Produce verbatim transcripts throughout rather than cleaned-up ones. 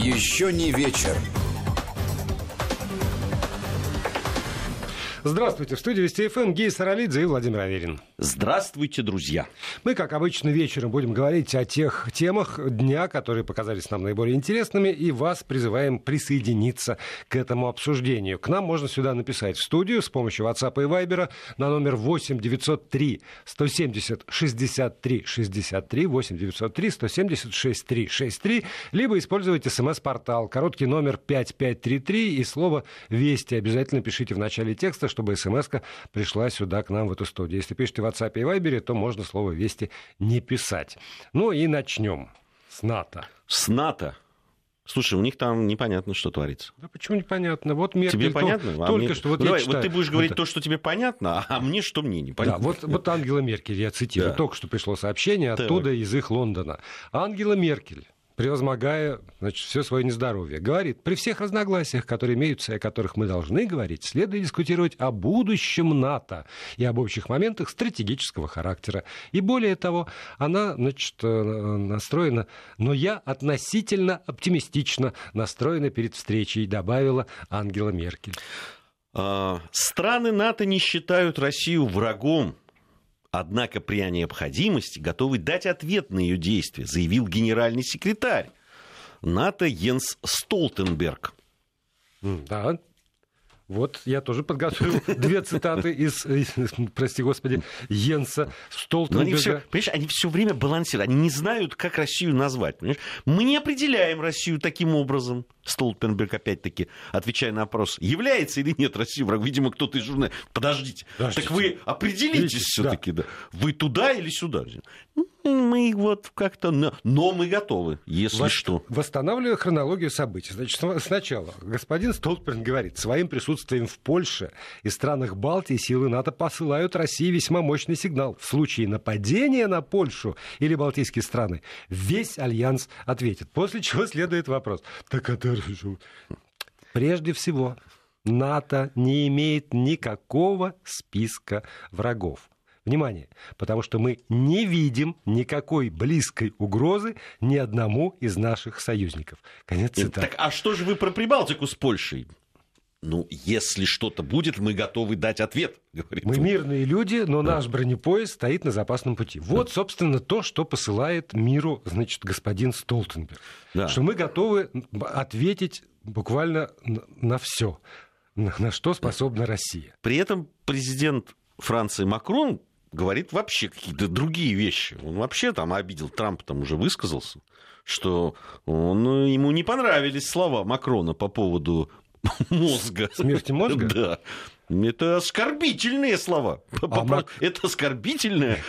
Еще не вечер. Здравствуйте. В студии Вести ФМ Гея Саралидзе и Владимир Аверин. Здравствуйте, друзья. Мы, как обычно, вечером будем говорить о тех темах дня, которые показались нам наиболее интересными, и вас призываем присоединиться к этому обсуждению. К нам можно сюда написать в студию с помощью WhatsApp и Viber на номер восемь девятьсот три сто семьдесят шестьдесят три шестьдесят три, восемь девятьсот три сто семьдесят шестьдесят три шестьдесят три, либо использовать смс-портал, короткий номер пять пять три три и слово «Вести». Обязательно пишите в начале текста, чтобы смс-ка пришла сюда к нам в эту студию. Если пишете в WhatsApp и Viber, то можно слово «Вести» не писать. Ну и начнем с НАТО. С НАТО? Слушай, у них там непонятно, что творится. Да почему непонятно? Вот Меркель тебе понятно? То, а только мне... что вот ну, я давай, читаю. Вот ты будешь говорить это... то, что тебе понятно, а мне что мне непонятно. Да, вот, вот Ангела Меркель, я цитирую, да. только что пришло сообщение так. оттуда, из их Лондона. Ангела Меркель, превозмогая, значит, все свое нездоровье, говорит, при всех разногласиях, которые имеются и о которых мы должны говорить, следует дискутировать о будущем НАТО и об общих моментах стратегического характера. И более того, она, значит, настроена, но я относительно оптимистично настроена перед встречей, добавила Ангела Меркель. А, страны НАТО не считают Россию врагом. Однако при необходимости готовы дать ответ на ее действия, заявил генеральный секретарь НАТО Йенс Столтенберг. Да, вот я тоже подготовил две цитаты из, из, прости господи, Йенса Столтенберга. Они все, понимаешь, они все время балансируют, они не знают, как Россию назвать. Понимаешь? Мы не определяем Россию таким образом. Столтенберг, опять-таки, отвечая на вопрос, является или нет Россия врагом, видимо, кто-то из журналистов. Подождите, Подождите, так вы определитесь все-таки, да. Да. Вы туда или сюда? Мы вот как-то... Но мы готовы, если Во... что. Восстанавливая хронологию событий. Значит, сначала господин Столтенберг говорит, своим присутствием в Польше и странах Балтии силы НАТО посылают России весьма мощный сигнал. В случае нападения на Польшу или Балтийские страны весь альянс ответит. После чего следует вопрос. Так это... Прежде всего, НАТО не имеет никакого списка врагов. Внимание, потому что мы не видим никакой близкой угрозы ни одному из наших союзников. Конец цитаты. Так, а что же вы про Прибалтику с Польшей? Ну, если что-то будет, мы готовы дать ответ, говорит Мы он. мирные люди, но да. наш бронепоезд стоит на запасном пути. Вот, собственно, то, что посылает миру, значит, господин Столтенберг. Да. Что мы готовы ответить буквально на все, на что способна Россия. При этом президент Франции Макрон говорит вообще какие-то другие вещи. Он вообще там обидел Трампа, там уже высказался, что он, ему не понравились слова Макрона по поводу мозга. Смерти мозга? Да. Это оскорбительные слова. А это оскорбительная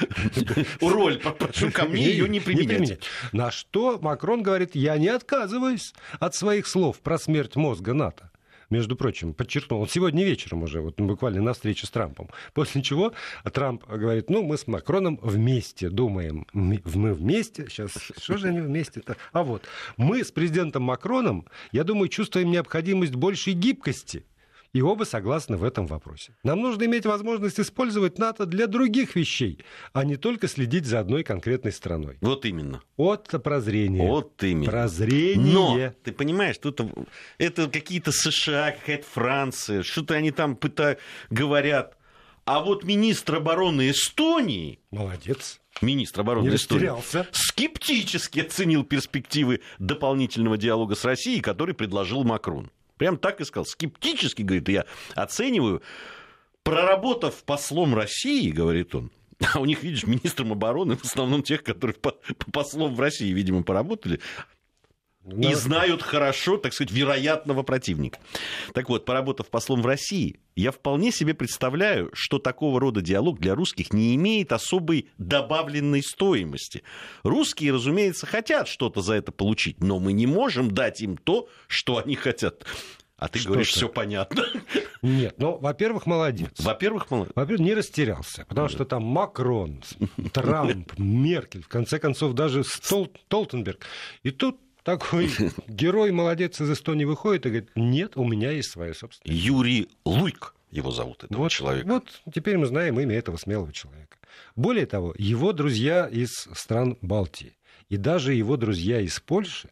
роль. Прошу ко мне ее не применять. На что Макрон говорит, я не отказываюсь от своих слов про смерть мозга НАТО. Между прочим, подчеркнул, он сегодня вечером уже, вот буквально на встрече с Трампом. После чего Трамп говорит, ну, мы с Макроном вместе думаем. Мы вместе, сейчас, что же они вместе-то? А вот, мы с президентом Макроном, я думаю, чувствуем необходимость большей гибкости. И оба согласны в этом вопросе. Нам нужно иметь возможность использовать НАТО для других вещей, а не только следить за одной конкретной страной. Вот именно. Вот прозрение. Вот именно. Прозрение. Но, ты понимаешь, тут это какие-то США, какая-то Франция, что-то они там пытают, говорят. А вот министр обороны Эстонии... Молодец. Министр обороны не Эстонии растерялся. Скептически оценил перспективы дополнительного диалога с Россией, который предложил Макрон. Прям так и сказал. Скептически, говорит, я оцениваю. Проработав послом России, говорит он, а у них, видишь, министром обороны в основном тех, которые по, по послом в России, видимо, поработали, но... и знают хорошо, так сказать, вероятного противника. Так вот, поработав послом в России, я вполне себе представляю, что такого рода диалог для русских не имеет особой добавленной стоимости. Русские, разумеется, хотят что-то за это получить, но мы не можем дать им то, что они хотят. А ты что говоришь, все понятно. Нет, ну, во-первых, молодец. Во-первых, молодец. Во-первых, не растерялся, потому что там Макрон, Трамп, Меркель, в конце концов, даже Столтенберг. И тут такой герой, молодец, из Эстонии выходит и говорит, нет, у меня есть свое собственное. Юрий Луйк его зовут, этого вот, человека. Вот теперь мы знаем имя этого смелого человека. Более того, его друзья из стран Балтии и даже его друзья из Польши,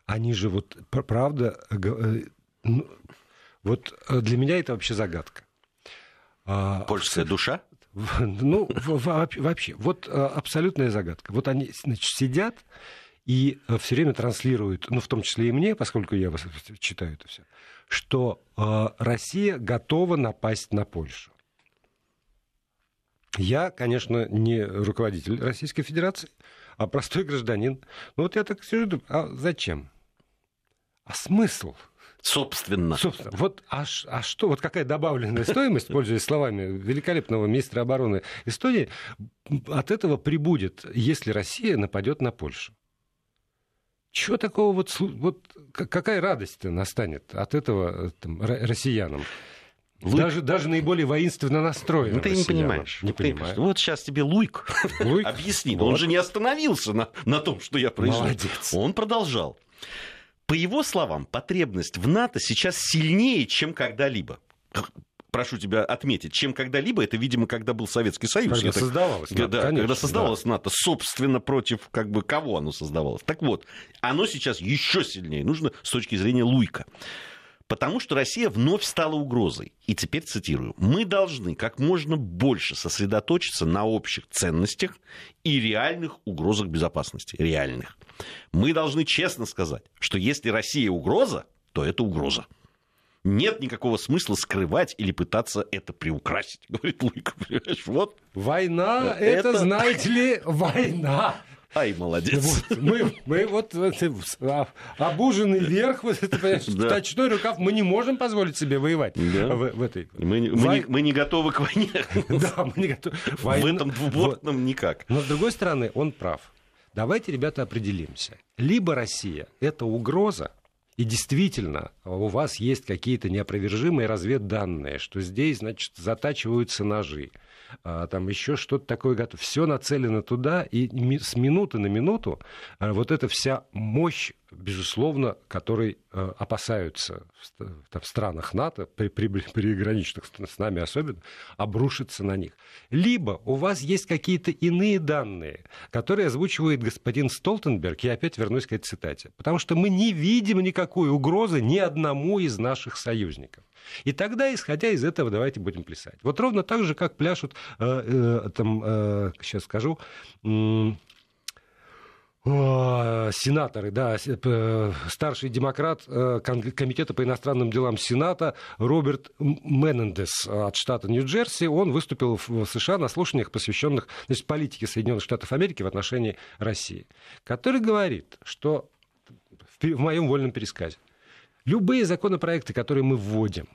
они же вот, правда, ну, вот для меня это вообще загадка. Польская душа? Ну, вообще, вот абсолютная загадка. Вот они, значит, сидят и все время транслируют, ну, в том числе и мне, поскольку я читаю это все, что Россия готова напасть на Польшу. Я, конечно, не руководитель Российской Федерации, а простой гражданин. Ну, вот я так сижу, думаю, а зачем? А смысл? Собственно. Собственно. Вот, а, а что, вот какая добавленная стоимость, пользуясь словами великолепного министра обороны Эстонии, от этого прибудет, если Россия нападет на Польшу? Чего такого вот, вот какая радость-то настанет от этого там, россиянам? Луйк... Даже, даже наиболее воинственно настроенным. Ну, ты не понимаешь. Не понимаю. Вот сейчас тебе Луйк, Луйк? объяснит. Вот. Он же не остановился на, на том, что я произнес. Молодец. Он продолжал. По его словам, потребность в НАТО сейчас сильнее, чем когда-либо. Прошу тебя отметить, чем когда-либо, это, видимо, когда был Советский Союз. Когда так... создавалось НАТО, да, конечно, когда создавалось да. НАТО, собственно, против как бы кого оно создавалось. Так вот, оно сейчас еще сильнее нужно с точки зрения Луйка. Потому что Россия вновь стала угрозой. И теперь цитирую. «Мы должны как можно больше сосредоточиться на общих ценностях и реальных угрозах безопасности». Реальных. Мы должны честно сказать, что если Россия угроза, то это угроза. Нет никакого смысла скрывать или пытаться это приукрасить, говорит Луйк. Вот. Война, это, это, знаете ли, война. Ай, молодец. Вот, мы, мы вот, вот обуженный верх, вот это, понимаешь, да. Точной рукав, мы не можем позволить себе воевать да. в, в этой. Мы, мы, Вой... не, мы не готовы к войне. Да, мы не готовы. В этом двубортном вот. Никак. Но, с другой стороны, он прав. Давайте, ребята, определимся. Либо Россия – это угроза, и действительно, у вас есть какие-то неопровержимые разведданные, что здесь, значит, затачиваются ножи, там еще что-то такое готово. Все нацелено туда, и с минуты на минуту вот эта вся мощь, безусловно, которой опасаются там, в странах НАТО, при, при, приграничных с нами особенно, обрушится на них. Либо у вас есть какие-то иные данные, которые озвучивает господин Столтенберг, я опять вернусь к этой цитате, потому что мы не видим никакой угрозы ни одному из наших союзников. И тогда, исходя из этого, давайте будем плясать. Вот ровно так же, как пляшут, э, э, там, э, сейчас скажу, э, э, сенаторы, да, э, старший демократ э, Комитета по иностранным делам Сената Роберт Менендес от штата Нью-Джерси. Он выступил в США на слушаниях, посвященных, значит, политике Соединенных Штатов Америки в отношении России, который говорит, что в, в моем вольном пересказе, любые законопроекты, которые мы вводим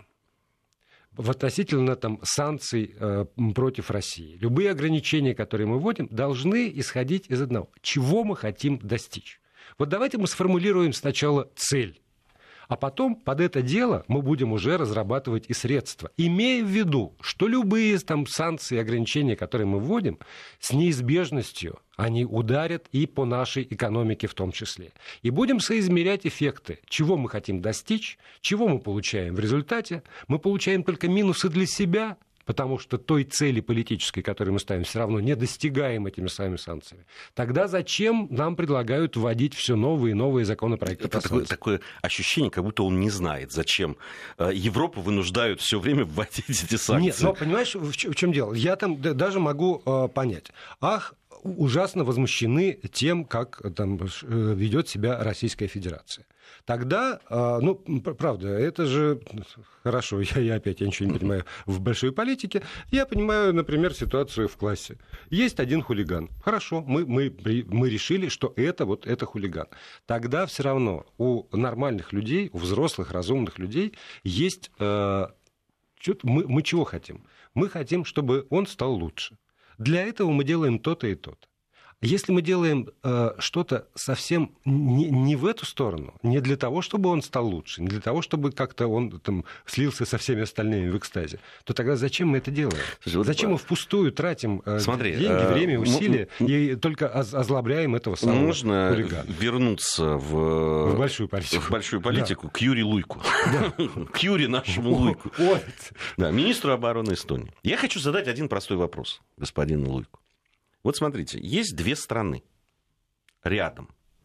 в относительно там, санкций э, против России, любые ограничения, которые мы вводим, должны исходить из одного. Чего мы хотим достичь? Вот давайте мы сформулируем сначала цель, а потом под это дело мы будем уже разрабатывать и средства, имея в виду, что любые там, санкции и ограничения, которые мы вводим, с неизбежностью они ударят и по нашей экономике в том числе. И будем соизмерять эффекты, чего мы хотим достичь, чего мы получаем в результате. Мы получаем только минусы для себя, потому что той цели политической, которую мы ставим, все равно не достигаем этими самыми санкциями. Тогда зачем нам предлагают вводить все новые и новые законопроекты? Это такое, такое ощущение, как будто он не знает, зачем Европу вынуждают все время вводить эти санкции. Нет, но понимаешь, в чем дело? Я там даже могу понять. Ах, ужасно возмущены тем, как там ведет себя Российская Федерация. Тогда, ну, правда, это же хорошо, я, я опять я ничего не понимаю в большой политике. Я понимаю, например, ситуацию в классе. Есть один хулиган. Хорошо, мы, мы, мы решили, что это вот это хулиган. Тогда все равно у нормальных людей, у взрослых, разумных людей есть... Э, мы, мы чего хотим? Мы хотим, чтобы он стал лучше. Для этого мы делаем то-то и то-то. Если мы делаем э, что-то совсем не, не в эту сторону, не для того, чтобы он стал лучше, не для того, чтобы как-то он там, слился со всеми остальными в экстазе, то тогда зачем мы это делаем? Слушай, вот зачем мы впустую тратим э, Смотри, деньги, э, время, усилия м- и только озлобляем этого самого Нужно хулигана? Вернуться в, в большую политику, в большую политику да. к Юрию Луйку. К Юрию нашему Луйку. Министру обороны Эстонии. Я хочу задать один простой вопрос господину Луйку. Вот смотрите, есть две страны рядом.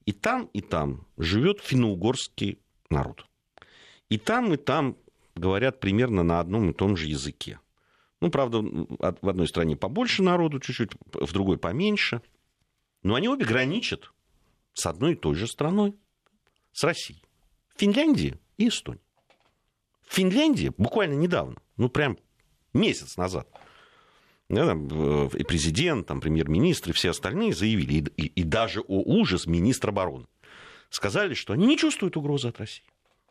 И там, и там живет финно-угорский народ. И там, и там говорят примерно на одном и том же языке. Ну, правда, в одной стране побольше народу чуть-чуть, в другой поменьше. Но они обе граничат с одной и той же страной, с Россией. Финляндия и Эстония. В Финляндии буквально недавно, ну, прям месяц назад, да, там, и президент, там, премьер-министр, и все остальные заявили, и, и, и даже, о ужас, министр обороны, сказали, что они не чувствуют угрозы от России.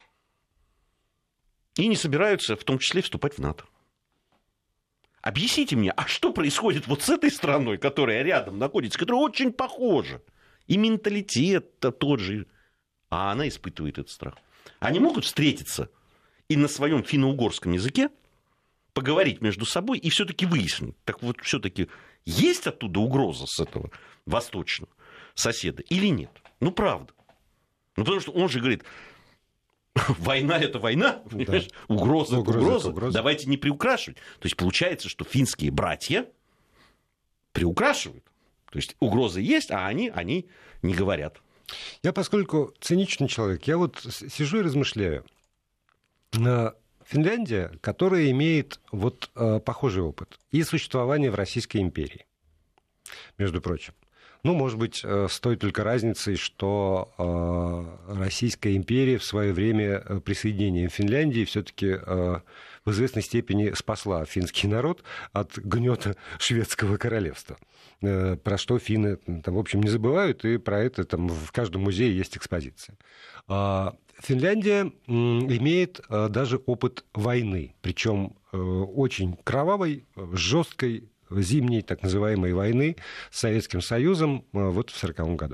И не собираются, в том числе, вступать в НАТО. Объясните мне, а что происходит вот с этой страной, которая рядом находится, которая очень похожа, и менталитет-то тот же, а она испытывает этот страх. Они могут встретиться и на своем финно-угорском языке поговорить между собой и все-таки выяснить, так вот все-таки есть оттуда угроза с этого восточного соседа или нет? Ну, правда. Ну, потому что он же говорит, война – это война, да. Угроза – это угроза. угроза. Давайте не приукрашивать. То есть получается, что финские братья приукрашивают. То есть угрозы есть, а они, они не говорят. Я, поскольку циничный человек, я вот сижу и размышляю. Финляндия, которая имеет вот похожий опыт и существование в Российской империи, между прочим. Ну, может быть, с той только разницей, что Российская империя в свое время присоединения Финляндии все-таки в известной степени спасла финский народ от гнета шведского королевства. Про что финны, там, в общем, не забывают, и про это там, в каждом музее есть экспозиция. Финляндия имеет даже опыт войны, причем очень кровавой, жесткой, зимней так называемой войны с Советским Союзом вот в сороковом году.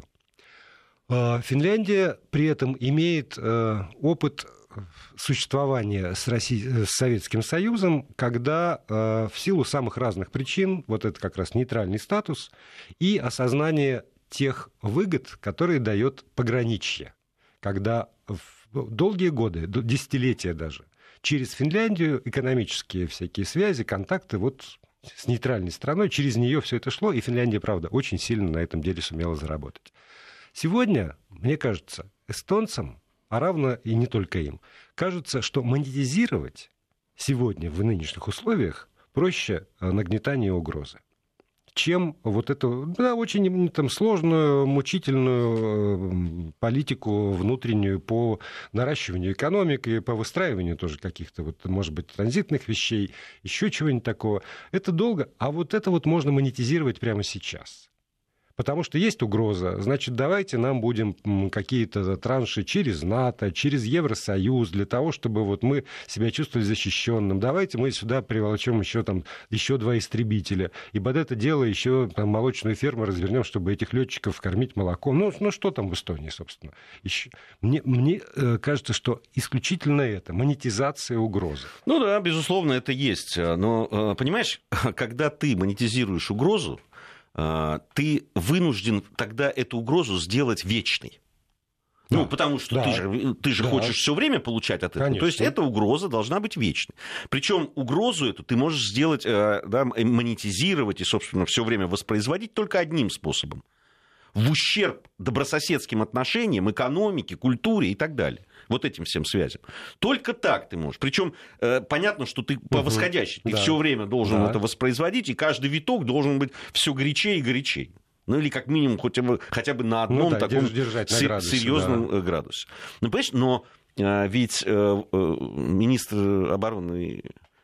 Финляндия при этом имеет опыт существования с, Россией, с Советским Союзом, когда в силу самых разных причин, вот это как раз нейтральный статус и осознание тех выгод, которые дает пограничье, когда в долгие годы, десятилетия даже, через Финляндию экономические всякие связи, контакты вот с нейтральной страной, через нее все это шло, и Финляндия, правда, очень сильно на этом деле сумела заработать. Сегодня, мне кажется, эстонцам, а равно и не только им, кажется, что монетизировать сегодня в нынешних условиях проще нагнетание угрозы, чем вот эту, да, очень там, сложную, мучительную политику внутреннюю по наращиванию экономики, по выстраиванию тоже каких-то, вот, может быть, транзитных вещей, еще чего-нибудь такого. Это долго, а вот это вот можно монетизировать прямо сейчас. Потому что есть угроза, значит, давайте нам будем какие-то транши через НАТО, через Евросоюз, для того, чтобы вот мы себя чувствовали защищенным. Давайте мы сюда приволочем еще, там, еще два истребителя. И под это дело еще там, молочную ферму развернем, чтобы этих летчиков кормить молоком. Ну, ну что там в Эстонии, собственно? Еще. Мне, мне кажется, что исключительно это, монетизация угрозы. Ну да, безусловно, это есть. Но, понимаешь, когда ты монетизируешь угрозу, ты вынужден тогда эту угрозу сделать вечной. Да. Ну, потому что да. ты же, ты же да. хочешь все время получать от этого. Конечно. То есть эта угроза должна быть вечной. Причем угрозу эту ты можешь сделать, да, монетизировать и, собственно, все время воспроизводить только одним способом. В ущерб добрососедским отношениям, экономике, культуре и так далее. Вот этим всем связям. Только так ты можешь. Причем э, понятно, что ты по восходящей, ты да. все время должен да. это воспроизводить, и каждый виток должен быть все горячее и горячее. Ну или как минимум хотя бы, хотя бы на одном ну, да, таком с, градусе, серьезном да. градусе. Ну, понимаешь, но э, ведь э, э, министр обороны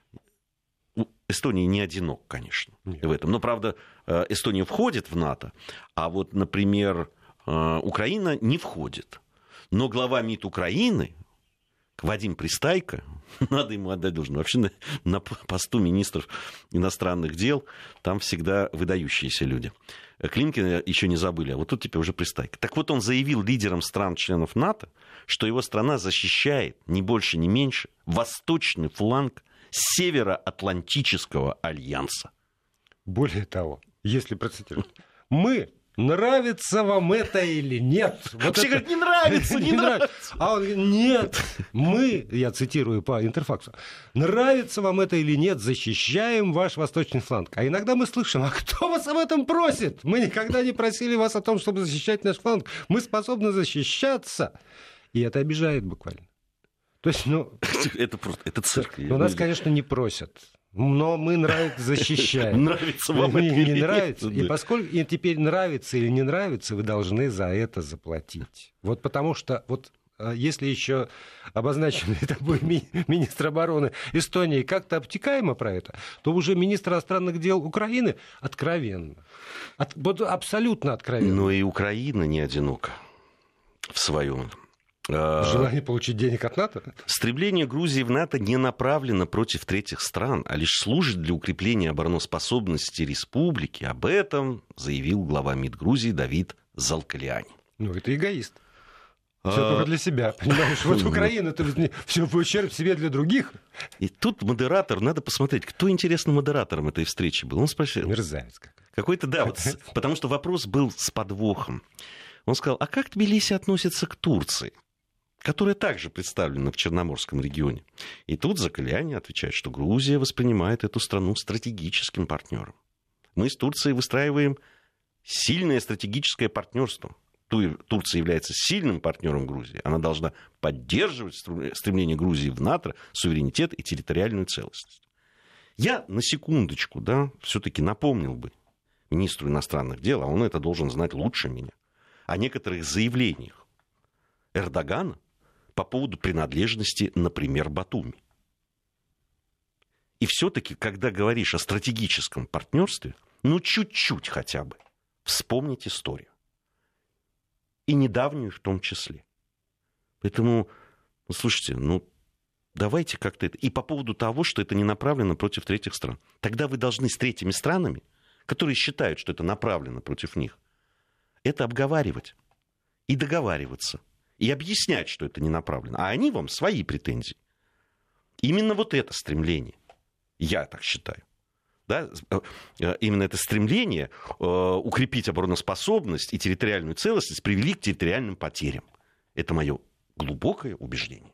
Эстонии не одинок, конечно, Нет. в этом. Но, правда, Эстония входит в НАТО, а вот, например, Украина не входит. Но глава МИД Украины, Вадим Пристайко, надо ему отдать должное, вообще на, на посту министров иностранных дел там всегда выдающиеся люди. Климкина еще не забыли, а вот тут теперь уже Пристайко. Так вот, он заявил лидерам стран-членов НАТО, что его страна защищает, ни больше, ни меньше, восточный фланг Североатлантического альянса. Более того, если процитировать, мы нравится вам это или нет? Вот Все это... говорят, не нравится, не, не нравится. нравится. А он говорит, нет, мы, я цитирую по Интерфаксу, нравится вам это или нет, защищаем ваш восточный фланг. А иногда мы слышим, а кто вас об этом просит? Мы никогда не просили вас о том, чтобы защищать наш фланг. Мы способны защищаться. И это обижает буквально. То есть, ну... Это просто, это цирк. Но нас, конечно, не просят. Но мы нравится, защищаем. Нравится вам не, это не или нравится. нет? И поскольку и теперь нравится или не нравится, вы должны за это заплатить. Вот потому что вот если еще обозначенный тобой ми- министр обороны Эстонии как-то обтекаемо про это, то уже министр иностранных дел Украины откровенно. От, вот абсолютно откровенно. Но и Украина не одинока в своем... Желание получить денег от НАТО? Стремление Грузии в НАТО не направлено против третьих стран, а лишь служит для укрепления обороноспособности республики. Об этом заявил глава МИД Грузии Давид Залкалиани. Ну, это эгоист. Все а... только для себя, понимаешь? Вот Украина-то все в ущерб себе для других. И тут модератор, надо посмотреть, кто, интересно, модератором этой встречи был. Он спросил... Мерзавец какой. Какой-то, да, вот, потому что вопрос был с подвохом. Он сказал, а как Тбилиси относится к Турции, которая также представлена в Черноморском регионе? И тут Закаляни отвечает, что Грузия воспринимает эту страну стратегическим партнером. Мы с Турцией выстраиваем сильное стратегическое партнерство. Турция является сильным партнером Грузии. Она должна поддерживать стремление Грузии в НАТО, суверенитет и территориальную целостность. Я на секундочку, да, все-таки напомнил бы министру иностранных дел, а он это должен знать лучше меня, о некоторых заявлениях Эрдогана по поводу принадлежности, например, Батуми. И все-таки, когда говоришь о стратегическом партнерстве, ну чуть-чуть хотя бы вспомнить историю. И недавнюю в том числе. Поэтому, ну, слушайте, ну давайте как-то это... И по поводу того, что это не направлено против третьих стран. Тогда вы должны с третьими странами, которые считают, что это направлено против них, это обговаривать и договариваться. И объяснять, что это не направлено. А они вам свои претензии. Именно вот это стремление, я так считаю, да, именно это стремление э, укрепить обороноспособность и территориальную целостность привели к территориальным потерям. Это мое глубокое убеждение.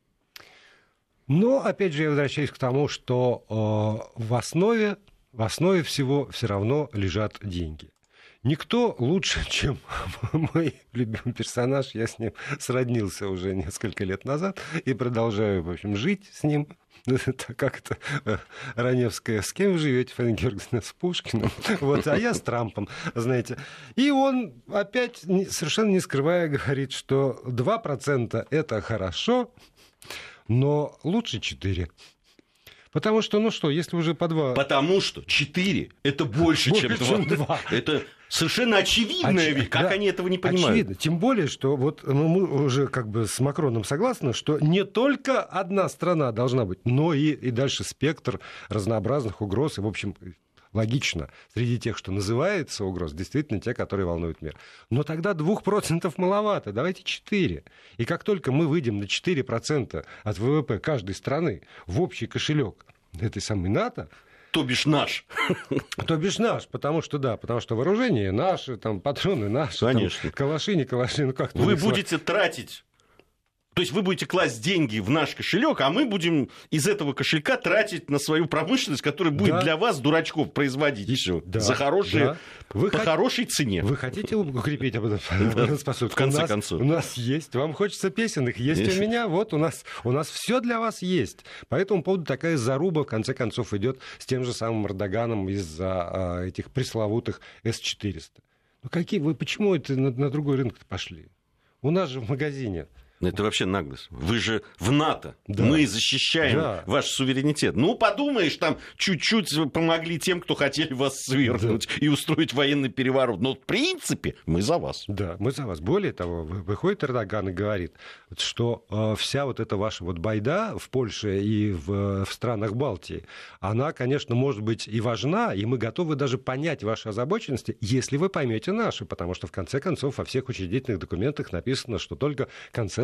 Но, опять же, я возвращаюсь к тому, что э, в основе, в основе всего все равно лежат деньги. Никто лучше, чем мой любимый персонаж, я с ним сроднился уже несколько лет назад и продолжаю, в общем, жить с ним. Как это Раневская, с кем вы живете, Фаина Георгиевна, с Пушкиным, вот, а я с Трампом, знаете. И он опять, совершенно не скрывая, говорит, что два процента это хорошо, но лучше четыре процента. Потому что, ну что, если уже по два... Потому что четыре это больше, больше чем два. Это совершенно очевидная вещь. Как да, они этого не понимают? Очевидно. Тем более, что вот ну, мы уже как бы с Макроном согласны, что не только одна страна должна быть, но и, и дальше спектр разнообразных угроз. И, в общем, логично, среди тех, что называется угроз, действительно те, которые волнуют мир. Но тогда двух процентов маловато, давайте четыре процента. И как только мы выйдем на четыре процента от ВВП каждой страны в общий кошелек этой самой НАТО, то бишь наш. То бишь наш, потому что да, потому что вооружение наше, там, патроны наши, конечно. Там, калаши, не калаши, ну как-то... Вы будете тратить... То есть вы будете класть деньги в наш кошелек, а мы будем из этого кошелька тратить на свою промышленность, которая будет да. для вас, дурачков, производить все да. за хорошие, да. Вы по хот... хорошей цене. Вы хотите укрепить обороноспособность? В конце концов. У нас есть. Вам хочется песенных? Есть у меня. Вот у нас у нас все для вас есть. По этому поводу такая заруба, в конце концов, идет с тем же самым Эрдоганом из-за этих пресловутых эс четыреста. Ну какие вы, почему это на, на другой рынок пошли? У нас же в магазине... Это вообще наглость. Вы же в НАТО. Да. Мы защищаем да. ваш суверенитет. Ну, подумаешь, там чуть-чуть помогли тем, кто хотели вас свергнуть да. и устроить военный переворот. Но, в принципе, мы за вас. Да, мы за вас. Более того, выходит Эрдоган и говорит, что э, вся вот эта ваша вот байда в Польше и в, в странах Балтии, она, конечно, может быть и важна, и мы готовы даже понять ваши озабоченности, если вы поймете наши. Потому что, в конце концов, во всех учредительных документах написано, что только консенсус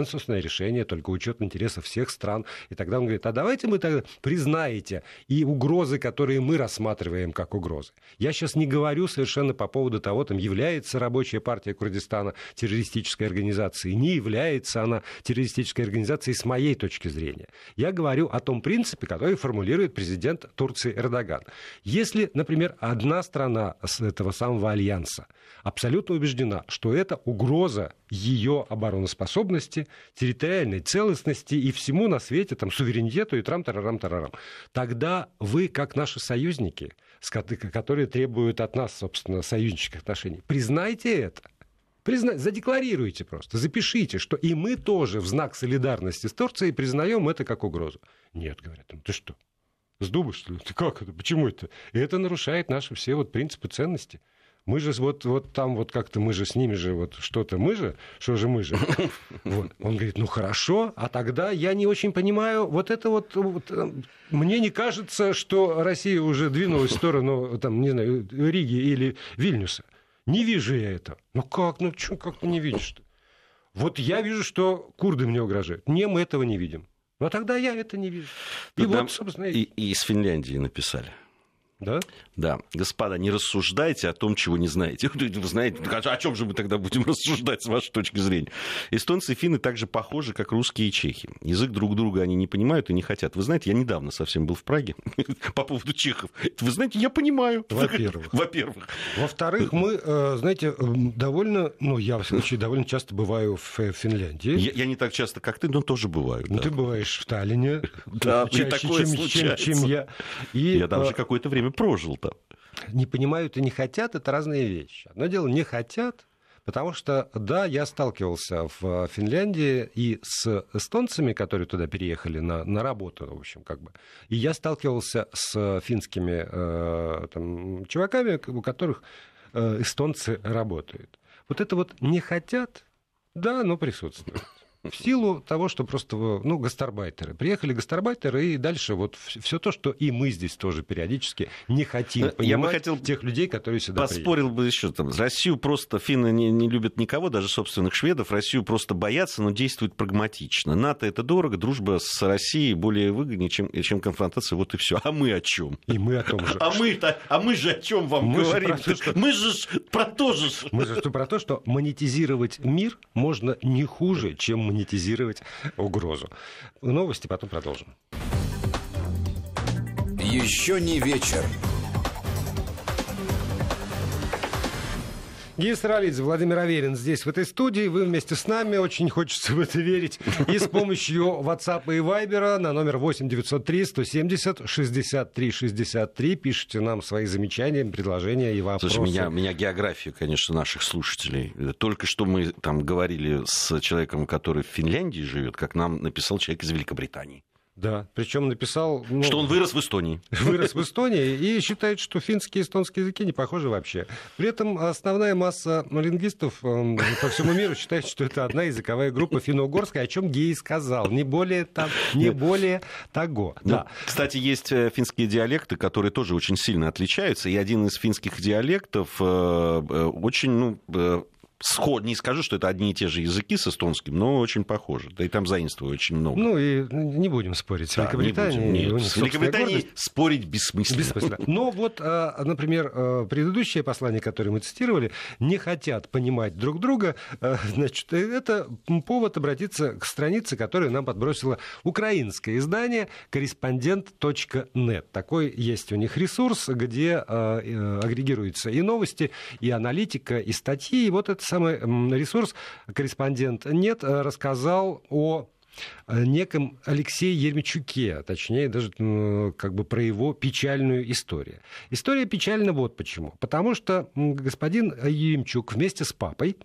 консенсусное решение, только учет интересов всех стран. И тогда он говорит, а давайте мы тогда признаете и угрозы, которые мы рассматриваем как угрозы. Я сейчас не говорю совершенно по поводу того, там, является Рабочая партия Курдистана террористической организацией, не является она террористической организацией с моей точки зрения. Я говорю о том принципе, который формулирует президент Турции Эрдоган. Если, например, одна страна с этого самого альянса абсолютно убеждена, что это угроза ее обороноспособности, территориальной целостности и всему на свете, там, суверенитету и трам-тарарам-тарарам, тогда вы, как наши союзники, которые требуют от нас, собственно, союзнических отношений, признайте это. Призна... Задекларируйте просто, запишите, что и мы тоже в знак солидарности с Турцией признаем это как угрозу. Нет, говорят, ты что, с дуба, что ли? Ты как это? Почему это? И это нарушает наши все вот принципы ценности. Мы же вот, вот там вот как-то, мы же с ними же вот что-то, мы же, что же мы же? Вот. Он говорит, ну хорошо, а тогда я не очень понимаю, вот это вот, вот, мне не кажется, что Россия уже двинулась в сторону, там, не знаю, Риги или Вильнюса. Не вижу я этого. Ну как, ну что, как ты не видишь-то? Вот я вижу, что курды мне угрожают. Не, мы этого не видим. Но тогда я это не вижу. И Тогда вот, собственно... И, и из Финляндии написали. Да? Да. Господа, не рассуждайте о том, чего не знаете. Вы знаете, о чем же мы тогда будем рассуждать с вашей точки зрения? Эстонцы и финны так же похожи, как русские и чехи. Язык друг друга они не понимают и не хотят. Вы знаете, я недавно совсем был в Праге по поводу чехов. Вы знаете, я понимаю. Во-первых. Во-первых. Во-вторых, мы, знаете, довольно, ну, я, в случае, довольно часто бываю в Финляндии. Я, я не так часто, как ты, но тоже бываю. Ну, да. Ты бываешь в Таллине. Да, чаще, такое чем, случается. Чем, чем я. И, я там же какое-то время прожил там. Не понимают и не хотят, это разные вещи. Одно дело, не хотят, потому что, да, я сталкивался в Финляндии и с эстонцами, которые туда переехали на, на работу, в общем, как бы. И я сталкивался с финскими э, там, чуваками, у которых э, эстонцы работают. Вот это вот не хотят, да, но присутствует. В силу того, что просто, ну, гастарбайтеры. Приехали гастарбайтеры, и дальше вот все то, что и мы здесь тоже периодически не хотим понимать. Я бы хотел тех людей, которые сюда поспорил приехали. бы еще там. Россию просто, финны не, не любят никого, даже собственных шведов. Россию просто боятся, но действуют прагматично. НАТО это дорого, дружба с Россией более выгоднее, чем, чем конфронтация. Вот и все. А мы о чем? И мы о том же. А мы-то, а мы же о чем вам мы говорим? Же то, что... Мы же про то же. Мы же про то, что монетизировать мир можно не хуже, чем монетизировать угрозу. Новости потом продолжим. Еще не вечер. Гия Саралидзе, Владимир Аверин здесь, в этой студии. Вы вместе с нами, очень хочется в это верить. И с помощью WhatsApp и Viber на номер восемь девятьсот три сто семьдесят шестьдесят три шестьдесят три пишите нам свои замечания, предложения и вопросы. Слушай, меня, меня география, конечно, наших слушателей. Только что мы там говорили с человеком, который в Финляндии живет, как нам написал человек из Великобритании. Да, причем написал... Ну, что он вырос в Эстонии. Вырос в Эстонии и считает, что финский и эстонский языки не похожи вообще. При этом основная масса лингвистов э, по всему миру считает, что это одна языковая группа финно-угорская, о чем Гей сказал. Не более, там, не более того. Ну, да. Кстати, есть финские диалекты, которые тоже очень сильно отличаются. И один из финских диалектов э, очень... Ну, э, Сход, не скажу, что это одни и те же языки с эстонским, но очень похожи. Да и там заимствую очень много. Ну и не будем спорить. С да, Великобританией. Не будем. Нет, с Великобританией спорить бессмысленно. бессмысленно. Но вот, например, предыдущее послание, которое мы цитировали, не хотят понимать друг друга. Значит, это повод обратиться к странице, которую нам подбросило украинское издание корреспондент точка нет. Такой есть у них ресурс, где агрегируются и новости, и аналитика, и статьи. И вот это самый ресурс «Корреспондент нет» рассказал о неком Алексее Ермичуке, точнее, даже как бы про его печальную историю. История печальна вот почему. Потому что господин Ермичук вместе с папой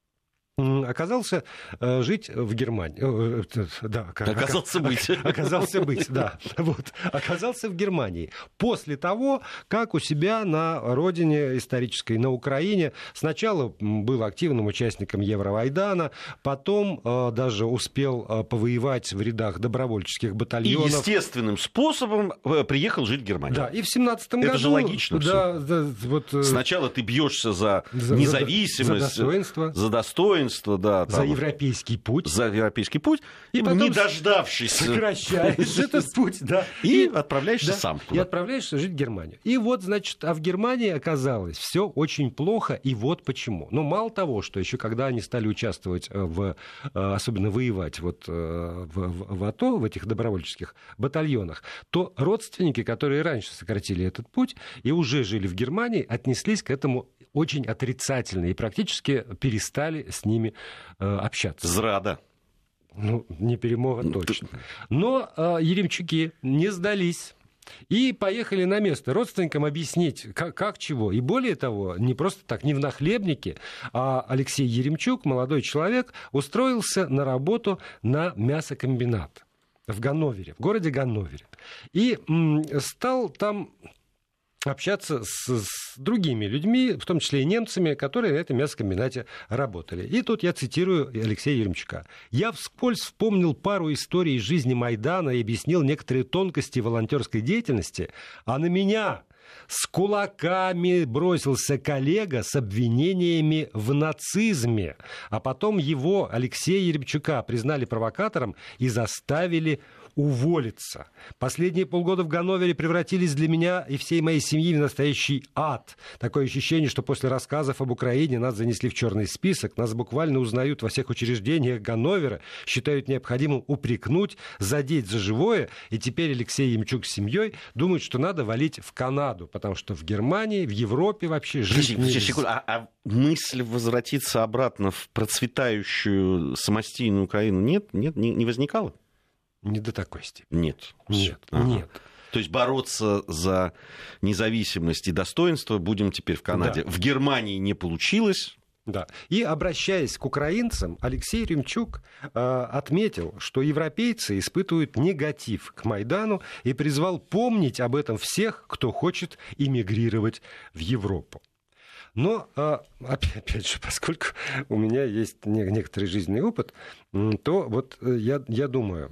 оказался жить в Германии. Да, оказался быть. Оказался быть, да. Вот. Оказался в Германии. После того, как у себя на родине исторической, на Украине, сначала был активным участником Евромайдана, потом э, даже успел э, повоевать в рядах добровольческих батальонов. И естественным способом приехал жить в Германию. Да, и в семнадцатом году... Это же логично. Да, да, вот, сначала ты бьешься за, за независимость, за достоинство. За достоинство достоинство, да. За там, европейский путь. За европейский путь. И И потом не дождавшись. Сокращаешь этот путь, да. И отправляешься да, сам и туда. отправляешься жить в Германию. И вот, значит, а в Германии оказалось все очень плохо, и вот почему. Но мало того, что еще когда они стали участвовать в, особенно воевать вот в, в, в АТО, в этих добровольческих батальонах, то родственники, которые раньше сократили этот путь и уже жили в Германии, отнеслись к этому очень отрицательно и практически перестали с ними э, общаться. Зрада. Ну, не перемога точно. Но э, Еремчуки не сдались. И поехали на место родственникам объяснить, как, как чего. И более того, не просто так, не в нахлебнике, а Алексей Еремчук, молодой человек, устроился на работу на мясокомбинат в Ганновере, в городе Ганновере. И м, стал там общаться с, с другими людьми, в том числе и немцами, которые на этом мясокомбинате работали. И тут я цитирую Алексея Еремчука. «Я вскользь вспомнил пару историй из жизни Майдана и объяснил некоторые тонкости волонтерской деятельности, а на меня с кулаками бросился коллега с обвинениями в нацизме, а потом его, Алексея Еремчука, признали провокатором и заставили уволиться. Последние полгода в Ганновере превратились для меня и всей моей семьи в настоящий ад. Такое ощущение, что после рассказов об Украине нас занесли в черный список, нас буквально узнают во всех учреждениях Ганновера, считают необходимым упрекнуть, задеть за живое, и теперь Алексей Еремчук с семьей думают, что надо валить в Канаду, потому что в Германии, в Европе вообще жить нельзя». Секунду, а, а мысль возвратиться обратно в процветающую самостийную Украину нет, нет, не, не возникала? Не до такой степени. Нет. Нет, Ага. нет. То есть бороться за независимость и достоинство будем теперь в Канаде. Да. В Германии не получилось. Да. И, обращаясь к украинцам, Алексей Еремчук э, отметил, что европейцы испытывают негатив к Майдану и призвал помнить об этом всех, кто хочет эмигрировать в Европу. Но, опять же, поскольку у меня есть некоторый жизненный опыт, то вот я, я думаю...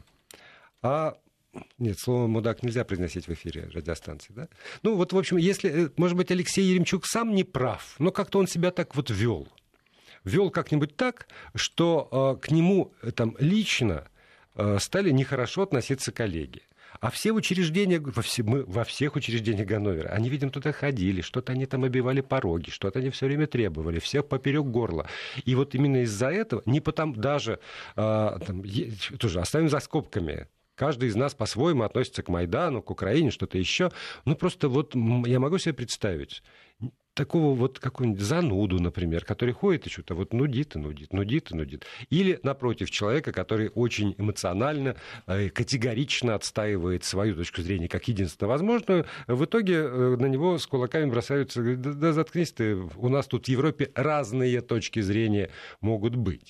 А нет, слово «мудак» нельзя произносить в эфире радиостанции, да? Ну, вот, в общем, если, может быть, Алексей Еремчук сам не прав, но как-то он себя так вот вел. Вел как-нибудь так, что э, к нему там лично э, стали нехорошо относиться коллеги. А все учреждения, во, все, мы во всех учреждениях Ганновера, они, видимо, туда ходили, что-то они там обивали пороги, что-то они все время требовали, всех поперек горла. И вот именно из-за этого, не потому, даже, э, там, е, тоже оставим за скобками, каждый из нас по-своему относится к Майдану, к Украине, что-то еще. Ну, просто вот я могу себе представить такого вот какого-нибудь зануду, например, который ходит и что-то вот нудит и нудит, нудит и нудит. Или, напротив, человека, который очень эмоционально, категорично отстаивает свою точку зрения как единственно возможную. В итоге на него с кулаками бросаются, говорят, да, да заткнись ты, у нас тут в Европе разные точки зрения могут быть.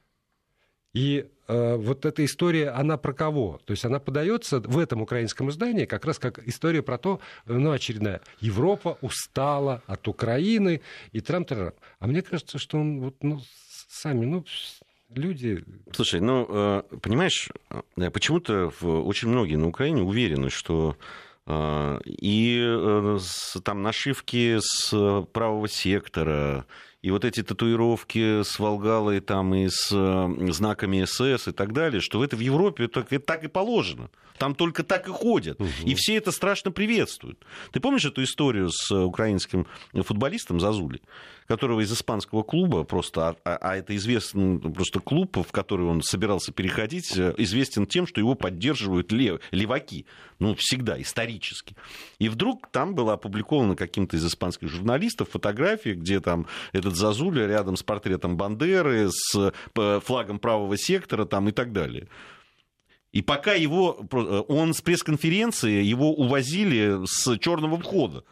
И э, вот эта история, она про кого? То есть она подается в этом украинском издании как раз как история про то, ну, очередная, Европа устала от Украины и трам-тарам. А мне кажется, что он вот, ну, сами, ну, люди... Слушай, ну, э, понимаешь, почему-то очень многие на Украине уверены, что э, и э, с, там нашивки с правого сектора, и вот эти татуировки с Волгалой там, и с знаками СС и так далее, что это в Европе так, это так и положено. Там только так и ходят. Угу. И все это страшно приветствуют. Ты помнишь эту историю с украинским футболистом Зазули, которого из испанского клуба, просто, а, а это известный просто клуб, в который он собирался переходить, известен тем, что его поддерживают лев, леваки. Ну, всегда, исторически. И вдруг там была опубликована каким-то из испанских журналистов фотография, где там этот Зазуля рядом с портретом Бандеры, с флагом правого сектора там, и так далее. И пока его, он с пресс-конференции, его увозили с черного входа.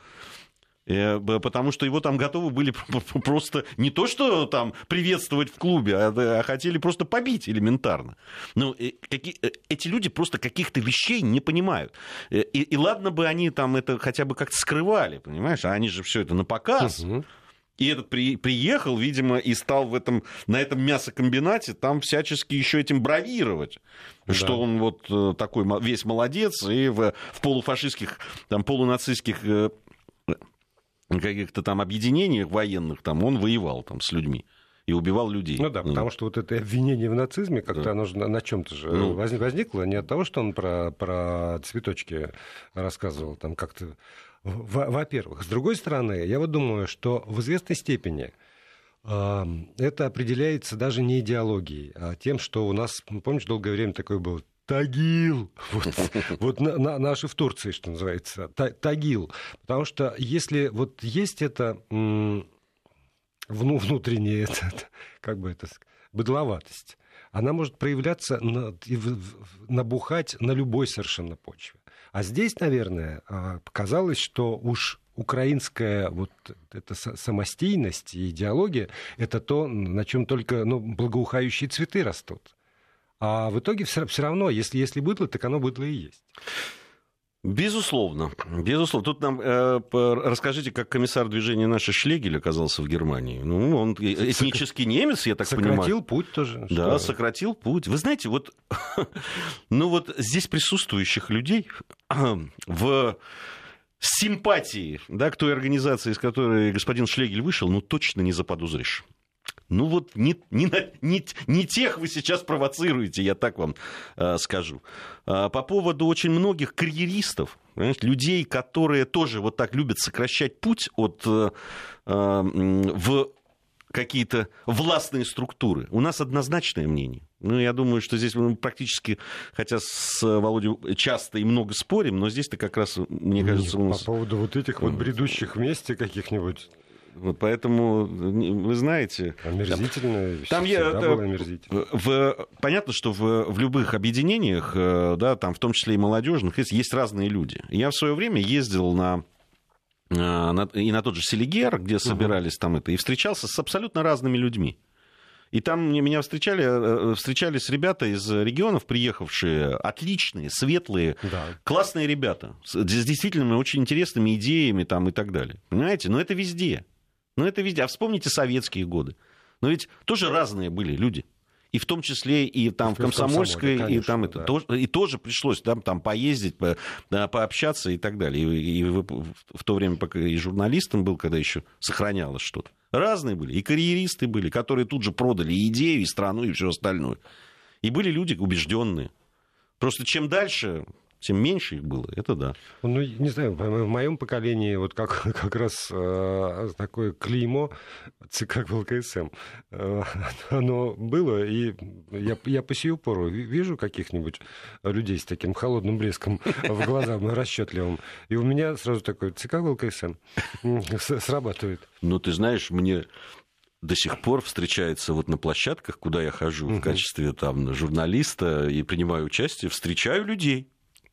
Потому что его там готовы были просто не то, что там приветствовать в клубе, а хотели просто побить элементарно. Ну, эти люди просто каких-то вещей не понимают. И, и ладно бы они там это хотя бы как-то скрывали, понимаешь? А они же все это на показ. Угу. И этот при, приехал, видимо, и стал в этом, на этом мясокомбинате там всячески еще этим бравировать. Да. Что он вот такой весь молодец, и в, в полуфашистских, там, полунацистских каких-то там объединениях военных там он воевал там с людьми. и убивал людей. Ну да, потому что вот это обвинение в нацизме, как-то да. оно же на, на чем-то же ну, возникло, не от того, что он про, про цветочки рассказывал, там как-то, во-первых. С другой стороны, я вот думаю, что в известной степени э, это определяется даже не идеологией, а тем, что у нас, помнишь, долгое время такое было, Тагил, вот, вот на, на, наши в Турции, что называется, Тагил, потому что если вот есть это... М- внутренняя, как бы это сказать, быдловатость, она может проявляться, на, набухать на любой совершенно почве. А здесь, наверное, показалось, что уж украинская вот эта самостийность и идеология — это то, на чем только ну, благоухающие цветы растут. А в итоге все, все равно, если, если быдло, так оно быдло и есть. Безусловно, безусловно. Тут нам э, расскажите, как комиссар движения «Наше» Шлегель оказался в Германии. Ну, он этнический немец, я так сократил понимаю. Сократил путь тоже. Да, что... сократил путь. Вы знаете, вот, ну вот здесь присутствующих людей в симпатии, да, к той организации, из которой господин Шлегель вышел, ну точно не заподозришь. Ну вот не, не, не, не тех вы сейчас провоцируете, я так вам э, скажу. А по поводу очень многих карьеристов, людей, которые тоже вот так любят сокращать путь от, э, э, в какие-то властные структуры. У нас однозначное мнение. Ну, я думаю, что здесь мы практически, хотя с Володей часто и много спорим, но здесь-то как раз, мне кажется, у нас... По поводу вот этих вот бредущих вместе каких-нибудь... Вот поэтому, вы знаете... Омерзительно, там я, было омерзительно. В, понятно, что в, в любых объединениях, да, там, в том числе и молодежных, есть, есть разные люди. Я в свое время ездил на, на, и на тот же Селигер, где собирались угу. там это, и встречался с абсолютно разными людьми. И там меня встречали, встречались ребята из регионов, приехавшие, отличные, светлые, да. классные ребята, с действительно очень интересными идеями там, и так далее. Понимаете? Но это везде. Но это везде. А вспомните советские годы. Но ведь тоже разные были люди. И в том числе и там в Комсомольской, конечно, и там это да. тоже, и тоже пришлось там, там поездить, по, да, пообщаться и так далее. И, и в то время, пока и журналистом был, когда еще сохранялось что-то. Разные были. И карьеристы были, которые тут же продали и идею, и страну, и все остальное. И были люди убежденные. Просто чем дальше... тем меньше их было, это да. Ну, не знаю, в моем поколении вот как, как раз э, такое клеймо ЦК ВЛКСМ, э, оно было, и я, я по сию пору вижу каких-нибудь людей с таким холодным блеском в глазах, расчетливым, и у меня сразу такой ЦК ВЛКСМ срабатывает. Ну, ты знаешь, мне... до сих пор встречается вот на площадках, куда я хожу uh-huh. в качестве там, журналиста и принимаю участие, встречаю людей,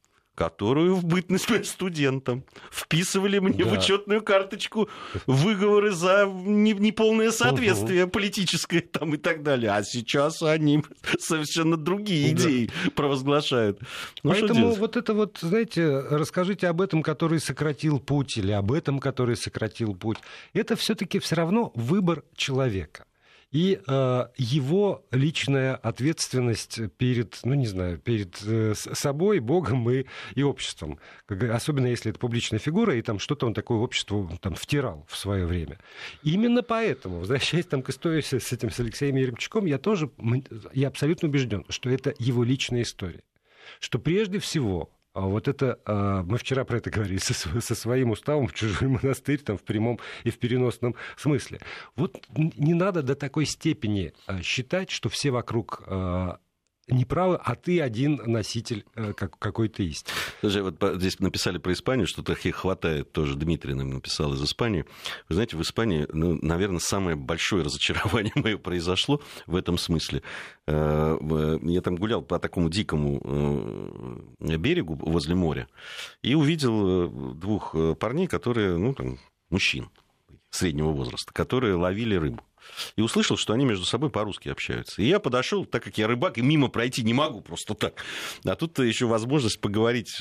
которую в бытность студентом вписывали мне да. в учетную карточку выговоры за неполное соответствие угу. политическое там, и так далее. А сейчас они совершенно другие идеи да. провозглашают. Ну, поэтому вот это вот, знаете, расскажите об этом, который сократил путь, или об этом, который сократил путь. Это все-таки все равно выбор человека. И э, его личная ответственность перед, ну не знаю, перед э, собой, Богом и, и обществом. Особенно если это публичная фигура, и там что-то он такое в общество там, втирал в свое время. Именно поэтому, возвращаясь там, к истории с, с этим с Алексеем Еремчуком, я тоже я абсолютно убежден, что это его личная история. Что прежде всего... А вот это, мы вчера про это говорили, со, со своим уставом в чужой монастырь, там, в прямом и в переносном смысле. Вот не надо до такой степени считать, что все вокруг неправы, а ты один носитель какой-то истины. Слушай, вот здесь написали про Испанию, что таких хватает, тоже Дмитрий нам написал из Испании. Вы знаете, в Испании, ну, наверное, самое большое разочарование мое произошло в этом смысле. Я там гулял по такому дикому берегу возле моря и увидел двух парней, которые, ну, там, мужчин среднего возраста, которые ловили рыбу. И услышал, что они между собой по-русски общаются. И я подошел, так как я рыбак, и мимо пройти не могу просто так. А тут еще возможность поговорить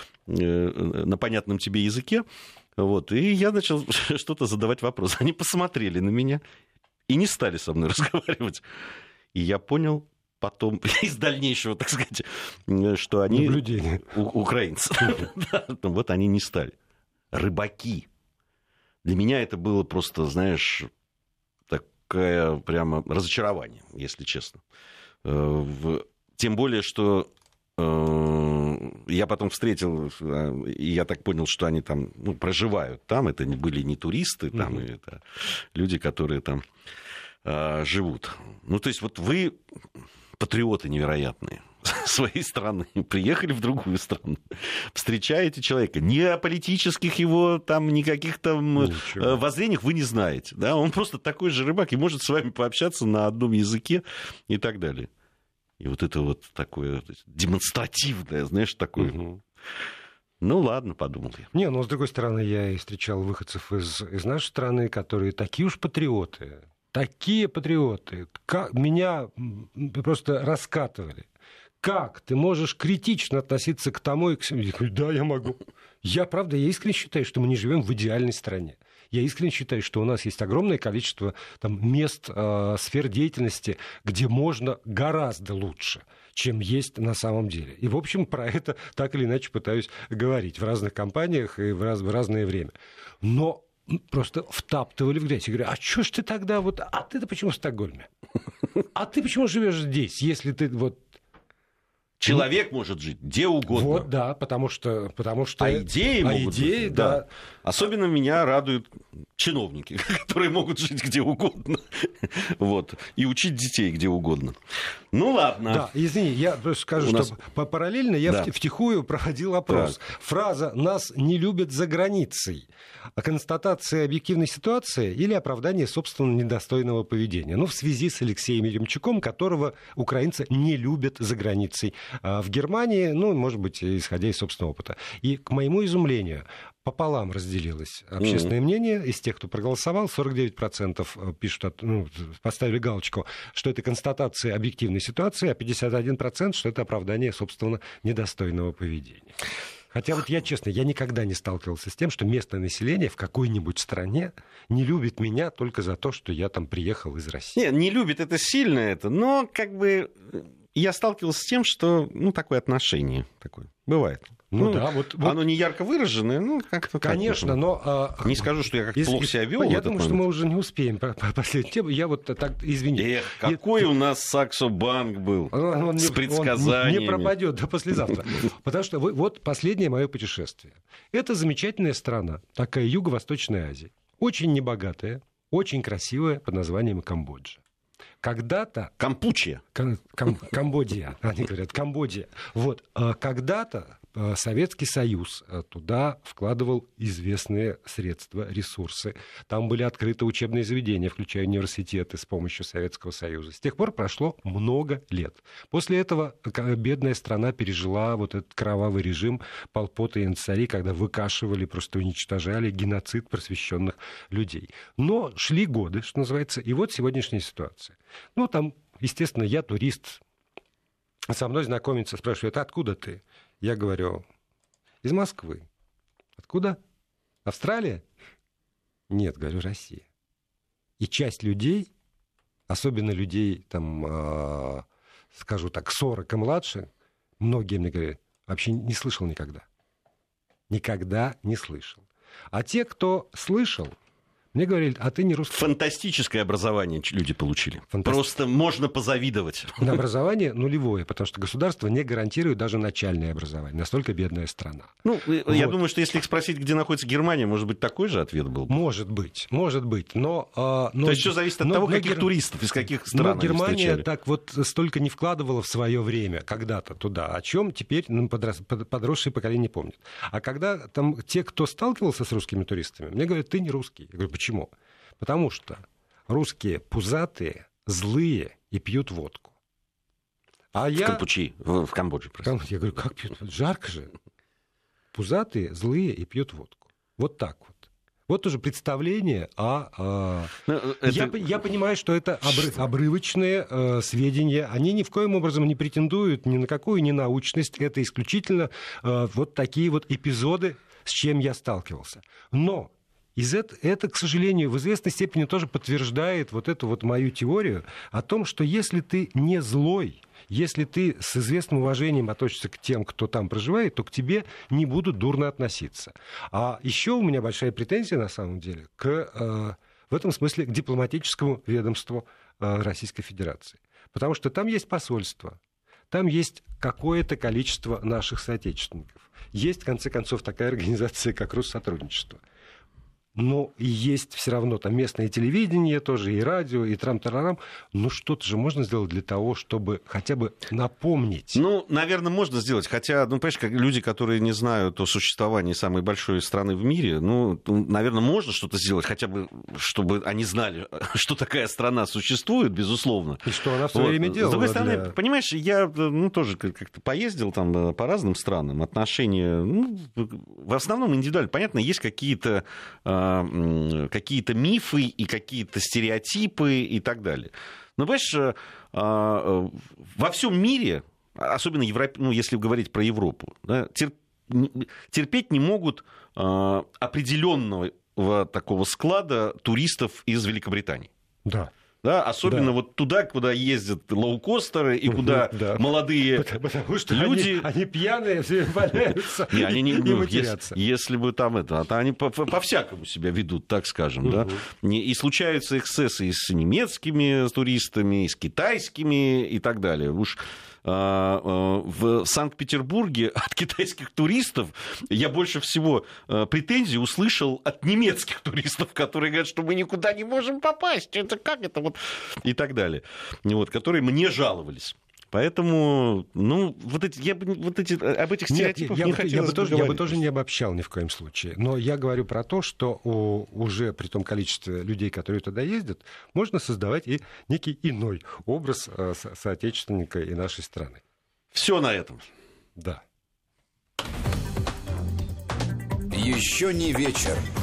на понятном тебе языке. Вот. И я начал что-то задавать вопросы. Они посмотрели на меня и не стали со мной разговаривать. И я понял потом из дальнейшего, так сказать, что они украинцы. Вот они не стали. Рыбаки. Для меня это было просто, знаешь... легкое прямо разочарование, если честно. Тем более, что я потом встретил, и я так понял, что они там ну, проживают там. Это были не туристы, там, mm-hmm. это люди, которые там а, живут. Ну, то есть вот вы патриоты невероятные своей страны, приехали в другую страну, встречаете человека, ни о политических его там, никаких там Ничего. воззрениях вы не знаете. Да? Он просто такой же рыбак и может с вами пообщаться на одном языке и так далее. И вот это вот такое демонстративное, знаешь, такое... Угу. Ну, ладно, подумал я. Не, но с другой стороны, я и встречал выходцев из, из нашей страны, которые такие уж патриоты, такие патриоты, как, меня просто раскатывали. Как ты можешь критично относиться к тому и к всему? Я говорю, да, я могу. Я, правда, я искренне считаю, что мы не живем в идеальной стране. Я искренне считаю, что у нас есть огромное количество там, мест, э, сфер деятельности, где можно гораздо лучше, чем есть на самом деле. И, в общем, про это так или иначе пытаюсь говорить в разных компаниях и в, раз, в разное время. Но просто втаптывали в грязь. Я говорю, а что ж ты тогда вот... А ты-то почему в Стокгольме? А ты почему живешь здесь, если ты вот... Человек может жить где угодно. Вот, да, потому что... Потому что а идеи а могут идеи, быть, да. да. Особенно меня радуют чиновники, которые могут жить где угодно. Вот. И учить детей где угодно. Ну, ладно. Да, извини, я просто скажу, У что нас... параллельно я да. втихую проводил опрос. Так. Фраза «нас не любят за границей». Констатация объективной ситуации или оправдание собственного недостойного поведения. Ну, в связи с Алексеем Еремчуком, которого украинцы не любят за границей. В Германии, ну, может быть, исходя из собственного опыта. И, к моему изумлению, пополам разделилось общественное mm-hmm. мнение. Из тех, кто проголосовал, сорок девять процентов пишут, ну, поставили галочку, что это констатация объективной ситуации, а пятьдесят один процент, что это оправдание собственно недостойного поведения. Хотя вот я, честно, я никогда не сталкивался с тем, что местное население в какой-нибудь стране не любит меня только за то, что я там приехал из России. Нет, не любит, это сильно это, но как бы я сталкивался с тем, что, ну, такое отношение такое бывает. Ну, ну да, вот, оно вот... не ярко выраженное, ну, как-то Конечно, так, но... А... Не скажу, что я как-то плохо себя вел. Я думаю, что мы уже не успеем по последней теме. Я вот так, извини. Эх, какой и... у нас Саксо-банк был он, он, с предсказаниями. Он не пропадет до послезавтра. Потому что вот последнее мое путешествие. Это замечательная страна, такая Юго-Восточная Азия. Очень небогатая, очень красивая, под названием Камбоджа. Когда-то... Кампучия. Кам, кам, Камбодия, они говорят, Камбодия. Вот, когда-то Советский Союз туда вкладывал известные средства, ресурсы. Там были открыты учебные заведения, включая университеты с помощью Советского Союза. С тех пор прошло много лет. После этого бедная страна пережила вот этот кровавый режим Пол Пота и Янцари, когда выкашивали, просто уничтожали геноцид просвещенных людей. Но шли годы, что называется, и вот сегодняшняя ситуация. Ну, там, естественно, я турист. Со мной знакомится, спрашивает, откуда ты? Я говорю, из Москвы. Откуда? Австралия? Нет, говорю, Россия. И часть людей, особенно людей, там, скажу так, сорок и младше, многие мне говорят, вообще не слышал никогда. Никогда не слышал. А те, кто слышал, мне говорили, а ты не русский. Фантастическое образование люди получили. Фантасти... Просто можно позавидовать. На образование нулевое, потому что государство не гарантирует даже начальное образование. Настолько бедная страна. Ну, вот. Я думаю, что если их спросить, где находится Германия, может быть, такой же ответ был бы. Может быть, может быть. Но, но, То есть все зависит от но, того, но, каких гер... туристов, из каких стран но Германия встречали. Так вот столько не вкладывала в свое время когда-то туда, о чем теперь подрос... подросшее поколение не помнит. А когда там те, кто сталкивался с русскими туристами, мне говорят, ты не русский. Я говорю, почему? Потому что русские пузатые, злые и пьют водку. А в я... Кампучи, в, в Камбодже, просто. Я говорю, как пьют? Жарко же. Пузатые, злые и пьют водку. Вот так вот. Вот уже представление о... о... Это... Я, я понимаю, что это обры... обрывочные э, сведения. Они ни в коем образом не претендуют ни на какую ни научность. Это исключительно э, вот такие вот эпизоды, с чем я сталкивался. Но... Из это, это, к сожалению, в известной степени тоже подтверждает вот эту вот мою теорию о том, что если ты не злой, если ты с известным уважением относишься к тем, кто там проживает, то к тебе не будут дурно относиться. А еще у меня большая претензия, на самом деле, к э, в этом смысле к дипломатическому ведомству Российской Федерации. Потому что там есть посольство, там есть какое-то количество наших соотечественников. Есть, в конце концов, такая организация, как Россотрудничество. Но и есть все равно там местное телевидение тоже, и радио, и трам-тарарам. Но что-то же можно сделать для того, чтобы хотя бы напомнить. Ну, наверное, можно сделать. Хотя, ну, понимаешь, как люди, которые не знают о существовании самой большой страны в мире, ну, наверное, можно что-то сделать, хотя бы, чтобы они знали, что такая страна существует, безусловно. И что она в свое вот. время делала. С другой стороны, для... понимаешь, я, ну, тоже как-то поездил там по разным странам. Отношения, ну, в основном индивидуально. Понятно, есть какие-то... какие-то мифы и какие-то стереотипы и так далее. Но, понимаешь, во всем мире, особенно Европ... ну, если говорить про Европу, да, терпеть не могут определенного такого склада туристов из Великобритании. Да. Да, особенно да. вот туда, куда ездят лоукостеры и куда да. молодые потому, потому что люди... Они, они пьяные, все валяются не, они не, и ну, матерятся. Если, если бы там это... А то они по- по-всякому себя ведут, так скажем. Угу. Да? И случаются эксцессы и с немецкими туристами, и с китайскими и так далее. Уж в Санкт-Петербурге от китайских туристов я больше всего претензий услышал от немецких туристов, которые говорят, что мы никуда не можем попасть, это как это вот и так далее, вот, которые мне жаловались. Поэтому, ну, вот эти, я бы вот эти, об этих стереотипах Нет, я, не бы, хотелось я бы, тоже, я бы тоже просто. не обобщал ни в коем случае. Но я говорю про то, что у, уже при том количестве людей, которые туда ездят, можно создавать и некий иной образ э, со- соотечественника и нашей страны. Все на этом. Да. Еще не вечер.